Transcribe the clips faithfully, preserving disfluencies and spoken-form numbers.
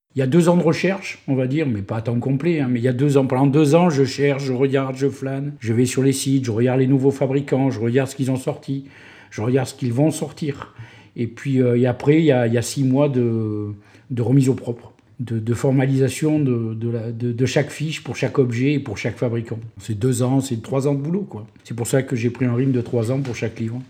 Il y a deux ans de recherche, on va dire, mais pas à temps complet, hein, mais il y a deux ans. Pendant deux ans, je cherche, je regarde, je flâne, je vais sur les sites, je regarde les nouveaux fabricants, je regarde ce qu'ils ont sorti, je regarde ce qu'ils vont sortir. Et puis euh, et après, il y, a, il y a six mois de, de remise au propre, de, de formalisation de, de, la, de, de chaque fiche pour chaque objet et pour chaque fabricant. C'est deux ans, c'est trois ans de boulot, quoi. C'est pour ça que j'ai pris un rythme de trois ans pour chaque livre.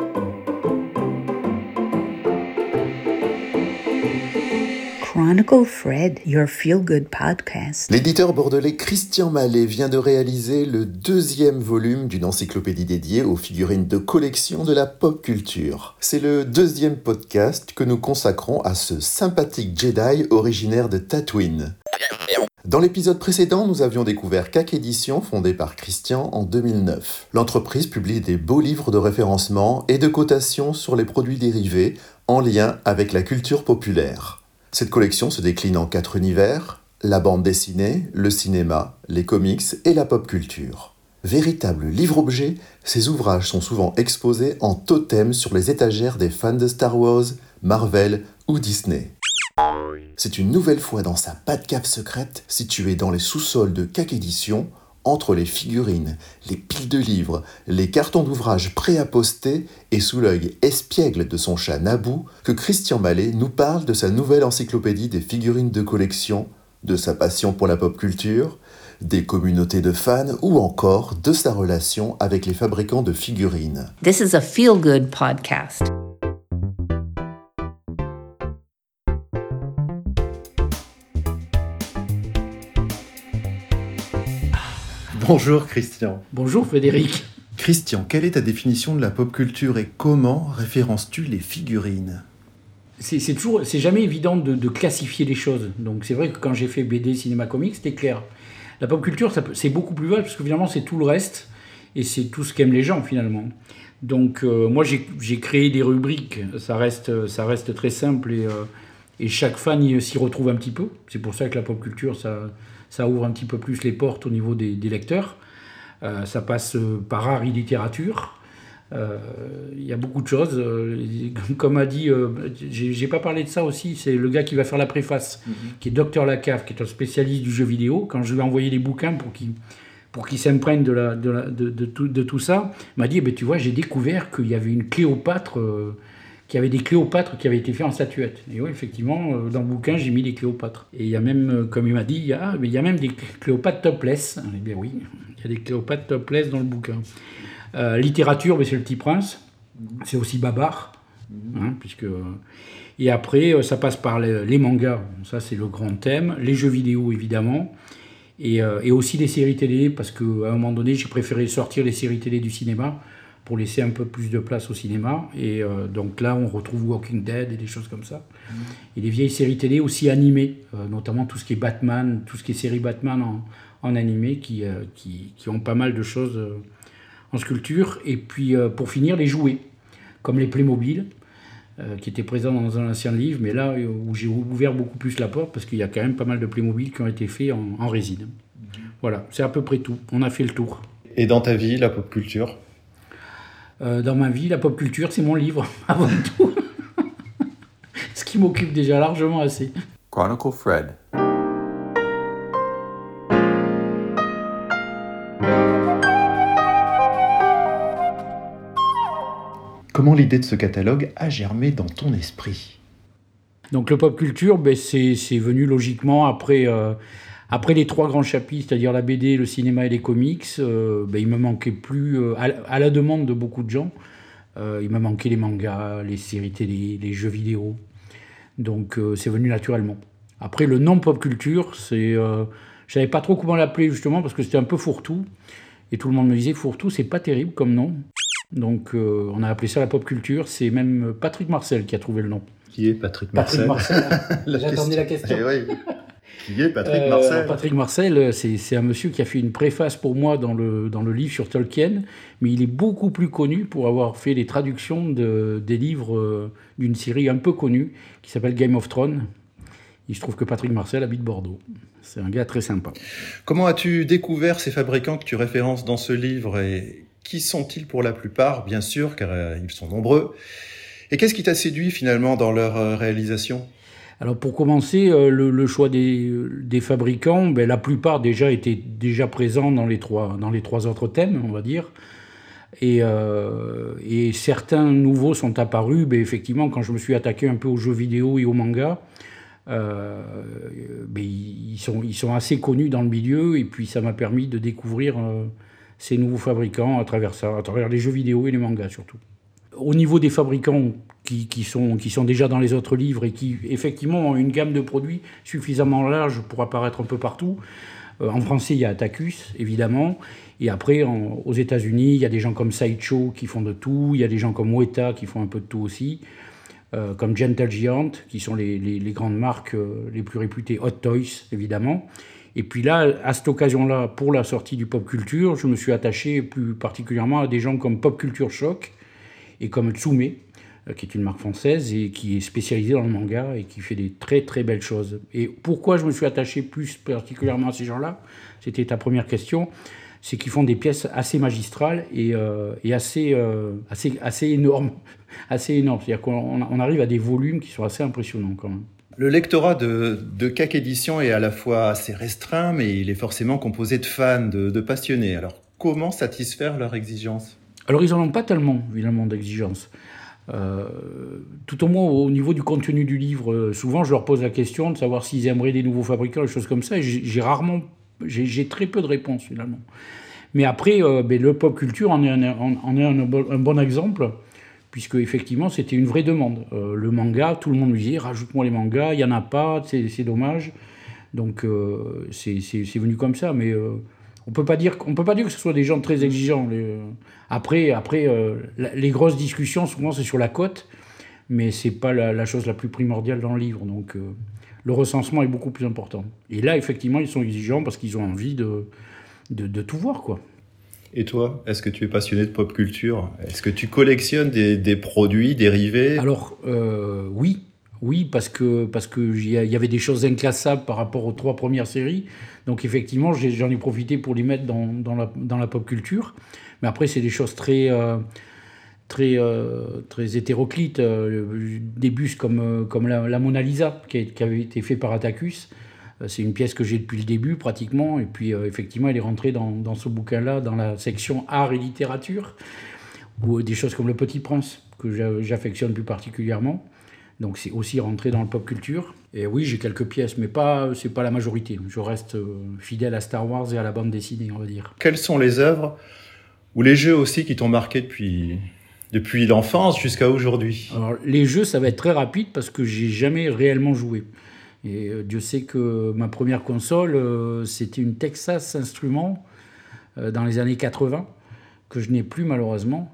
Chronicle Fred, your feel-good podcast. L'éditeur bordelais Christian Mallet vient de réaliser le deuxième volume d'une encyclopédie dédiée aux figurines de collection de la pop culture. C'est le deuxième podcast que nous consacrons à ce sympathique Jedi originaire de Tatooine. Dans l'épisode précédent, nous avions découvert K A C Édition, fondée par Christian en deux mille neuf. L'entreprise publie des beaux livres de référencement et de cotation sur les produits dérivés en lien avec la culture populaire. Cette collection se décline en quatre univers, la bande dessinée, le cinéma, les comics et la pop culture. Véritables livres-objets, ces ouvrages sont souvent exposés en totem sur les étagères des fans de Star Wars, Marvel ou Disney. C'est une nouvelle fois dans sa Batcave secrète, située dans les sous-sols de K A C Édition, entre les figurines, les piles de livres, les cartons d'ouvrages prêts à poster et sous l'œil espiègle de son chat Naboo, que Christian Mallet nous parle de sa nouvelle encyclopédie des figurines de collection, de sa passion pour la pop culture, des communautés de fans ou encore de sa relation avec les fabricants de figurines. This is a feel-good podcast. Bonjour Christian. Bonjour Frédéric. Christian, quelle est ta définition de la pop culture et comment références-tu les figurines ? C'est, c'est toujours, c'est jamais évident de, de classifier les choses. Donc c'est vrai que quand j'ai fait B D, cinéma, comics, c'était clair. La pop culture, ça peut, c'est beaucoup plus vaste parce que finalement c'est tout le reste et c'est tout ce qu'aiment les gens finalement. Donc euh, moi j'ai, j'ai créé des rubriques. Ça reste, ça reste très simple et, euh, et chaque fan y, s'y retrouve un petit peu. C'est pour ça que la pop culture, ça, ça ouvre un petit peu plus les portes au niveau des, des lecteurs. Euh, ça passe par art et littérature. Il euh, y a beaucoup de choses. Euh, comme a dit, euh, j'ai, j'ai pas parlé de ça aussi, c'est le gars qui va faire la préface, mm-hmm. qui est Docteur Lacave, qui est un spécialiste du jeu vidéo. Quand je lui ai envoyé les bouquins pour qu'il, pour qu'il s'imprègne de, la, de, la, de, de, tout, de tout ça, il m'a dit, eh ben, tu vois, j'ai découvert qu'il y avait une Cléopâtre, euh, qu'il y avait des Cléopâtres qui avaient été faits en statuette. Et oui, effectivement, euh, dans le bouquin, j'ai mis des Cléopâtres. Et il y a même, euh, comme il m'a dit, il y a, mais il y a même des Cléopâtres topless. Eh bien oui, il y a des Cléopâtres topless dans le bouquin. Euh, littérature, mais c'est le Petit Prince, c'est aussi Babar, hein, puisque et après euh, ça passe par les, les mangas, ça c'est le grand thème, les jeux vidéo évidemment, et, euh, et aussi les séries télé, parce qu'à un moment donné j'ai préféré sortir les séries télé du cinéma pour laisser un peu plus de place au cinéma, et euh, donc là on retrouve Walking Dead et des choses comme ça, mmh. et les vieilles séries télé aussi animées, euh, notamment tout ce qui est Batman, tout ce qui est série Batman en, en animé, qui, euh, qui, qui ont pas mal de choses euh, en sculpture, et puis euh, pour finir les jouets, comme les Playmobil, euh, qui étaient présents dans un ancien livre, mais là où j'ai ouvert beaucoup plus la porte, parce qu'il y a quand même pas mal de Playmobil qui ont été faits en, en résine. Mmh. Voilà, c'est à peu près tout, on a fait le tour. Et dans ta vie, la pop culture ? euh, Dans ma vie, la pop culture, c'est mon livre, avant tout. Ce qui m'occupe déjà largement assez. Chronicle Fred. Comment l'idée de ce catalogue a germé dans ton esprit ? Donc le pop culture, ben, c'est, c'est venu logiquement après, euh, après les trois grands chapitres, c'est-à-dire la B D, le cinéma et les comics. Euh, ben, il me manquait plus, euh, à, à la demande de beaucoup de gens, euh, il me manquait les mangas, les séries télé, les jeux vidéo. Donc euh, c'est venu naturellement. Après le nom pop culture, c'est, euh, je savais pas trop comment l'appeler justement parce que c'était un peu fourre-tout. Et tout le monde me disait fourre-tout, c'est pas terrible comme nom. Donc euh, on a appelé ça la pop culture, c'est même Patrick Marcel qui a trouvé le nom. Qui est Patrick Marcel ? Patrick Marcel, la j'attendais la question. Eh oui. Qui est Patrick euh, Marcel ? Patrick Marcel, c'est, c'est un monsieur qui a fait une préface pour moi dans le, dans le livre sur Tolkien, mais il est beaucoup plus connu pour avoir fait les traductions de, des livres euh, d'une série un peu connue qui s'appelle Game of Thrones. Il se trouve que Patrick Marcel habite Bordeaux. C'est un gars très sympa. Comment as-tu découvert ces fabricants que tu références dans ce livre et qui sont-ils pour la plupart, bien sûr, car euh, ils sont nombreux. Et qu'est-ce qui t'a séduit finalement dans leur euh, réalisation ? Alors pour commencer, euh, le, le choix des, des fabricants, ben, la plupart déjà étaient déjà présents dans les trois, dans les trois autres thèmes, on va dire. Et, euh, et certains nouveaux sont apparus, ben, effectivement, quand je me suis attaqué un peu aux jeux vidéo et aux mangas. Euh, ben, ils, sont, ils sont assez connus dans le milieu, et puis ça m'a permis de découvrir euh, ces nouveaux fabricants à travers ça, à travers les jeux vidéo et les mangas surtout. Au niveau des fabricants qui, qui, sont, qui sont déjà dans les autres livres et qui effectivement ont une gamme de produits suffisamment large pour apparaître un peu partout, euh, en français il y a Atacus évidemment, et après en, aux États-Unis il y a des gens comme Sideshow qui font de tout, il y a des gens comme Weta qui font un peu de tout aussi. Euh, comme Gentle Giant, qui sont les, les, les grandes marques euh, les plus réputées, Hot Toys, évidemment. Et puis là, à cette occasion-là, pour la sortie du Pop Culture, je me suis attaché plus particulièrement à des gens comme Pop Culture Shock et comme Tsume, euh, qui est une marque française et qui est spécialisée dans le manga et qui fait des très très belles choses. Et pourquoi je me suis attaché plus particulièrement à ces gens-là ? C'était ta première question. C'est qu'ils font des pièces assez magistrales et, euh, et assez, euh, assez, assez énormes. Assez énormes. C'est-à-dire qu'on on arrive à des volumes qui sont assez impressionnants quand même. Le lectorat de, de C A C Éditions est à la fois assez restreint, mais il est forcément composé de fans, de, de passionnés. Alors, comment satisfaire leurs exigences ? Alors, ils n'en ont pas tellement, évidemment, d'exigences. Euh, tout au moins, au niveau du contenu du livre, souvent, je leur pose la question de savoir s'ils aimeraient des nouveaux fabricants, des choses comme ça, et j'ai, j'ai rarement... J'ai, j'ai très peu de réponses, finalement. Mais après, euh, ben, le Pop Culture en est un, en, en est un, un bon exemple, puisque effectivement c'était une vraie demande. Euh, le manga, tout le monde me disait rajoute-moi les mangas, il n'y en a pas, c'est, c'est dommage. Donc euh, c'est, c'est, c'est venu comme ça, mais euh, on peut pas dire, on peut pas dire que ce soit des gens très exigeants. Les, euh, après, après euh, la, les grosses discussions, souvent c'est sur la cote, mais c'est pas la, la chose la plus primordiale dans le livre. Donc euh, le recensement est beaucoup plus important. Et là, effectivement, ils sont exigeants parce qu'ils ont envie de, de, de tout voir, quoi. Et toi, est-ce que tu es passionné de pop culture ? Est-ce que tu collectionnes des, des produits dérivés ? Alors, euh, oui. Oui, parce que parce que il y avait des choses inclassables par rapport aux trois premières séries. Donc, effectivement, j'ai, j'en ai profité pour les mettre dans, dans, la, dans la pop culture. Mais après, c'est des choses très... Euh, très, euh, très hétéroclites. Euh, des bustes comme, euh, comme la, la Mona Lisa, qui, a, qui avait été fait par Atacus. Euh, c'est une pièce que j'ai depuis le début, pratiquement. Et puis, euh, effectivement, elle est rentrée dans, dans ce bouquin-là, dans la section art et littérature, ou euh, des choses comme Le Petit Prince, que j'a, j'affectionne plus particulièrement. Donc, c'est aussi rentré dans le pop culture. Et oui, j'ai quelques pièces, mais pas, c'est pas la majorité. Je reste euh, fidèle à Star Wars et à la bande dessinée, on va dire. Quelles sont les œuvres ou les jeux aussi qui t'ont marqué depuis... Depuis l'enfance jusqu'à aujourd'hui ? Alors, les jeux, ça va être très rapide parce que j'ai jamais réellement joué. Et euh, Dieu sait que ma première console, euh, c'était une Texas Instruments euh, dans les années quatre-vingts, que je n'ai plus malheureusement.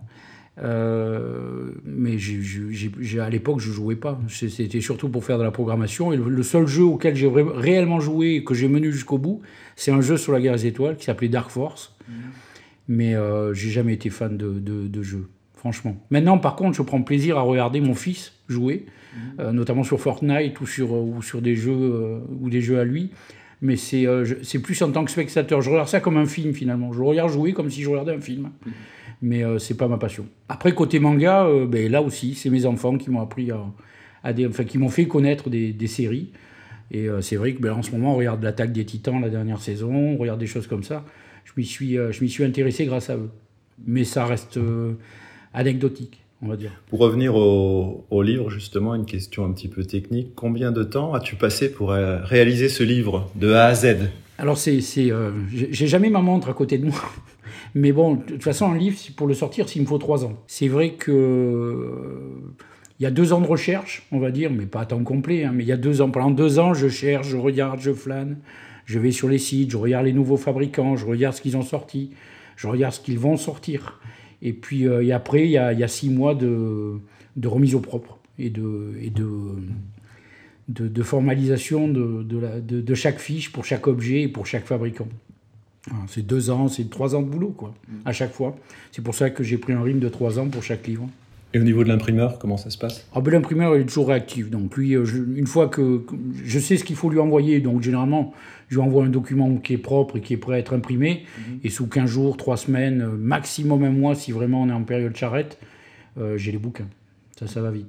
Euh, mais j'ai, j'ai, j'ai, à l'époque, je ne jouais pas. C'était surtout pour faire de la programmation. Et le, le seul jeu auquel j'ai ré- réellement joué et que j'ai mené jusqu'au bout, c'est un jeu sur la guerre des étoiles qui s'appelait Dark Force. Mmh. Mais euh, je n'ai jamais été fan de, de, de jeux. Franchement. Maintenant, par contre, je prends plaisir à regarder mon fils jouer, mmh. euh, notamment sur Fortnite ou sur, euh, ou sur des jeux euh, ou des jeux à lui. Mais c'est, euh, je, c'est plus en tant que spectateur. Je regarde ça comme un film, finalement. Je le regarde jouer comme si je regardais un film. Mmh. Mais euh, c'est pas ma passion. Après, côté manga, euh, ben, là aussi, c'est mes enfants qui m'ont appris à, à des, enfin, qui m'ont fait connaître des, des séries. Et euh, c'est vrai que ben, en ce moment, on regarde l'Attaque des Titans, la dernière saison, on regarde des choses comme ça. Je m'y suis, euh, je m'y suis intéressé grâce à eux. Mais ça reste... Euh, anecdotique, on va dire. Pour revenir au, au livre, justement, une question un petit peu technique. Combien de temps as-tu passé pour euh, réaliser ce livre de A à Z ? Alors, c'est, c'est, euh, j'ai jamais ma montre à côté de moi. Mais bon, de toute façon, un livre, pour le sortir, il me faut trois ans. C'est vrai que... Euh, il y a deux ans de recherche, on va dire, mais pas à temps complet. Hein, mais il y a deux ans. Pendant deux ans, je cherche, je regarde, je flâne. Je vais sur les sites, je regarde les nouveaux fabricants, je regarde ce qu'ils ont sorti. Je regarde ce qu'ils vont sortir. Et puis euh, et après, il y a, y a six mois de, de remise au propre et de, et de, de, de formalisation de, de, la, de, de chaque fiche pour chaque objet et pour chaque fabricant. Alors, c'est deux ans, c'est trois ans de boulot, quoi, à chaque fois. C'est pour ça que j'ai pris un rythme de trois ans pour chaque livre. Et au niveau de l'imprimeur, comment ça se passe ? Ah ben, l'imprimeur, il est toujours réactif. Donc lui, je, une fois que, que je sais ce qu'il faut lui envoyer, donc généralement, je lui envoie un document qui est propre et qui est prêt à être imprimé. Mmh. Et sous quinze jours, trois semaines, maximum un mois, si vraiment on est en période charrette, euh, j'ai les bouquins. Ça, ça va vite.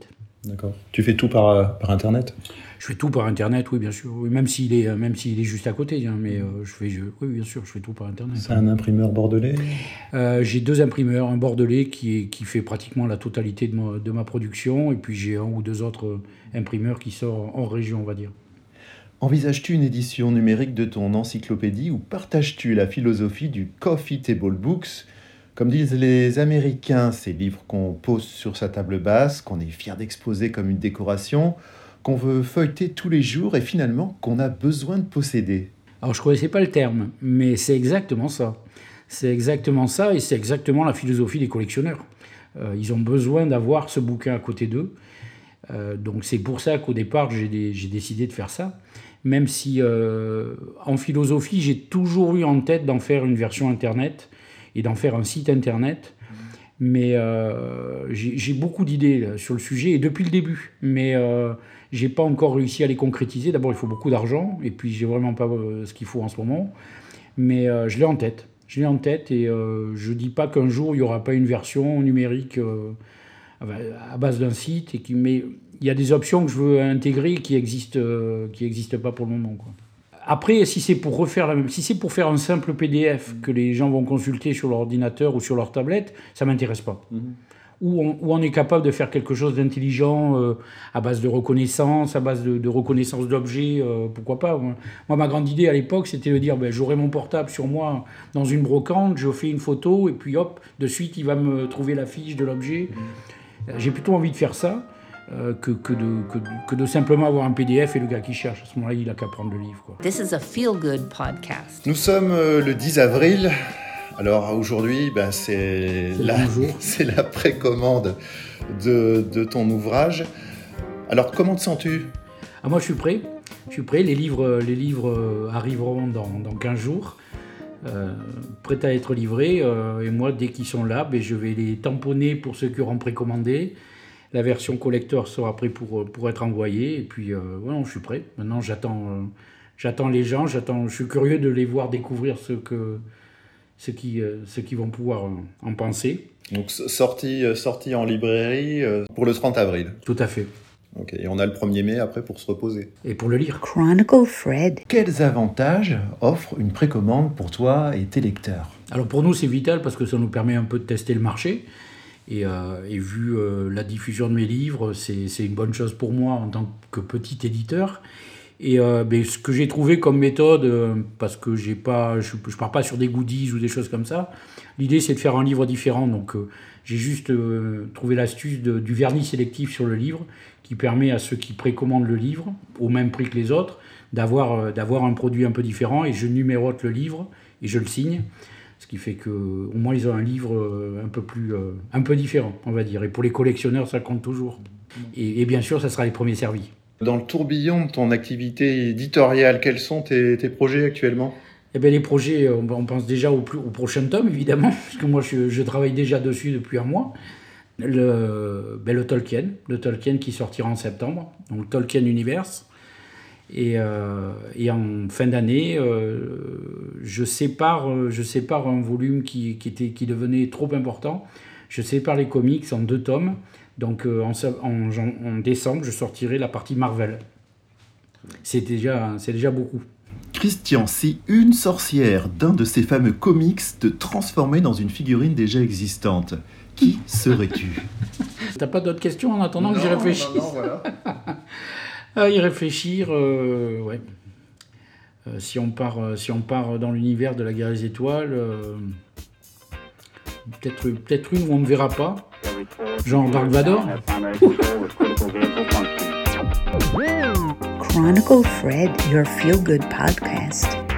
D'accord. Tu fais tout par, par Internet ? Je fais tout par Internet, oui, bien sûr. Oui, même s'il est, même s'il est juste à côté. Hein, mais euh, je fais, je, oui, bien sûr, je fais tout par Internet. C'est un imprimeur bordelais ? euh, J'ai deux imprimeurs. Un bordelais qui, est, qui fait pratiquement la totalité de ma, de ma production. Et puis j'ai un ou deux autres imprimeurs qui sortent en région, on va dire. Envisages-tu une édition numérique de ton encyclopédie ou partages-tu la philosophie du Coffee Table Books ? Comme disent les Américains, ces livres qu'on pose sur sa table basse, qu'on est fier d'exposer comme une décoration, qu'on veut feuilleter tous les jours et finalement qu'on a besoin de posséder. Alors je ne connaissais pas le terme, mais c'est exactement ça. C'est exactement ça et c'est exactement la philosophie des collectionneurs. Euh, ils ont besoin d'avoir ce bouquin à côté d'eux. Euh, donc c'est pour ça qu'au départ j'ai, des, j'ai décidé de faire ça. Même si euh, en philosophie j'ai toujours eu en tête d'en faire une version internet et d'en faire un site internet. Mais euh, j'ai, j'ai beaucoup d'idées là, sur le sujet et depuis le début. Mais euh, j'ai pas encore réussi à les concrétiser. D'abord, il faut beaucoup d'argent, et puis j'ai vraiment pas euh, ce qu'il faut en ce moment. Mais euh, je l'ai en tête. Je l'ai en tête, et euh, je dis pas qu'un jour il y aura pas une version numérique euh, à base d'un site. Et qui, mais il y a des options que je veux intégrer qui existent, euh, qui existent pas pour le moment, quoi. Après, si c'est pour refaire la même, si c'est pour faire un simple P D F que les gens vont consulter sur leur ordinateur ou sur leur tablette, ça m'intéresse pas. Mmh. Où on, où on est capable de faire quelque chose d'intelligent euh, à base de reconnaissance, à base de, de reconnaissance d'objets, euh, pourquoi pas. Moi, ma grande idée à l'époque, c'était de dire, ben, j'aurai mon portable sur moi dans une brocante, je fais une photo, et puis hop, de suite, il va me trouver la fiche de l'objet. Mmh. J'ai plutôt envie de faire ça. Euh, que, que, de, que, que de simplement avoir un P D F et le gars qui cherche. À ce moment-là, il n'a qu'à prendre le livre, quoi. This is a feel-good podcast. Nous sommes euh, le dix avril. Alors aujourd'hui, ben, c'est, c'est, la, c'est la précommande de, de ton ouvrage. Alors comment te sens-tu ? Ah, moi, je suis prêt. Je suis prêt. Les livres, les livres arriveront dans, dans quinze jours. Euh, prêts à être livrés. Euh, et moi, dès qu'ils sont là, ben, je vais les tamponner pour ceux qui auront précommandé. La version collector sera prête pour, pour être envoyée. Et puis, euh, voilà, je suis prêt. Maintenant, j'attends, euh, j'attends les gens. J'attends, je suis curieux de les voir découvrir ce, que, ce, qui, euh, ce qu'ils vont pouvoir euh, en penser. Donc, sortie, sortie en librairie euh, pour le trente avril. Tout à fait. Ok, et on a le premier mai après pour se reposer. Et pour le lire. Chronicle Fred. Quels avantages offre une précommande pour toi et tes lecteurs ? Alors, pour nous, c'est vital parce que ça nous permet un peu de tester le marché. Et, euh, et vu euh, la diffusion de mes livres, c'est, c'est une bonne chose pour moi en tant que petit éditeur. Et euh, ben, ce que j'ai trouvé comme méthode, euh, parce que j'ai pas, je ne pars pas sur des goodies ou des choses comme ça, l'idée c'est de faire un livre différent. Donc euh, j'ai juste euh, trouvé l'astuce de, du vernis sélectif sur le livre qui permet à ceux qui précommandent le livre, au même prix que les autres, d'avoir, euh, d'avoir un produit un peu différent. Et je numérote le livre et je le signe. Ce qui fait qu'au moins, ils ont un livre un peu, plus, euh, un peu différent, on va dire. Et pour les collectionneurs, ça compte toujours. Et, et bien sûr, ça sera les premiers servis. Dans le tourbillon de ton activité éditoriale, quels sont tes, tes projets actuellement ? Eh bien, les projets, on pense déjà au, plus, au prochain tome, évidemment, parce que moi, je, je travaille déjà dessus depuis un mois. Le, ben, le Tolkien, le Tolkien qui sortira en septembre, donc Tolkien Universe. Et, euh, et en fin d'année, euh, je, sépare, je sépare un volume qui, qui, était, qui devenait trop important. Je sépare les comics en deux tomes. Donc euh, en, en, en décembre, je sortirai la partie Marvel. C'est déjà, c'est déjà beaucoup. Christian, si une sorcière d'un de ces fameux comics te transformait dans une figurine déjà existante, qui serais-tu ? T'as pas d'autres questions en attendant non, que j'y réfléchisse ? Non, non, voilà. À y réfléchir, euh, ouais. Euh, si, on part, euh, si on part dans l'univers de la guerre des étoiles, euh, peut-être, peut-être une où on ne me verra pas, genre Dark Vador. Chronicle Fred, your feel-good podcast.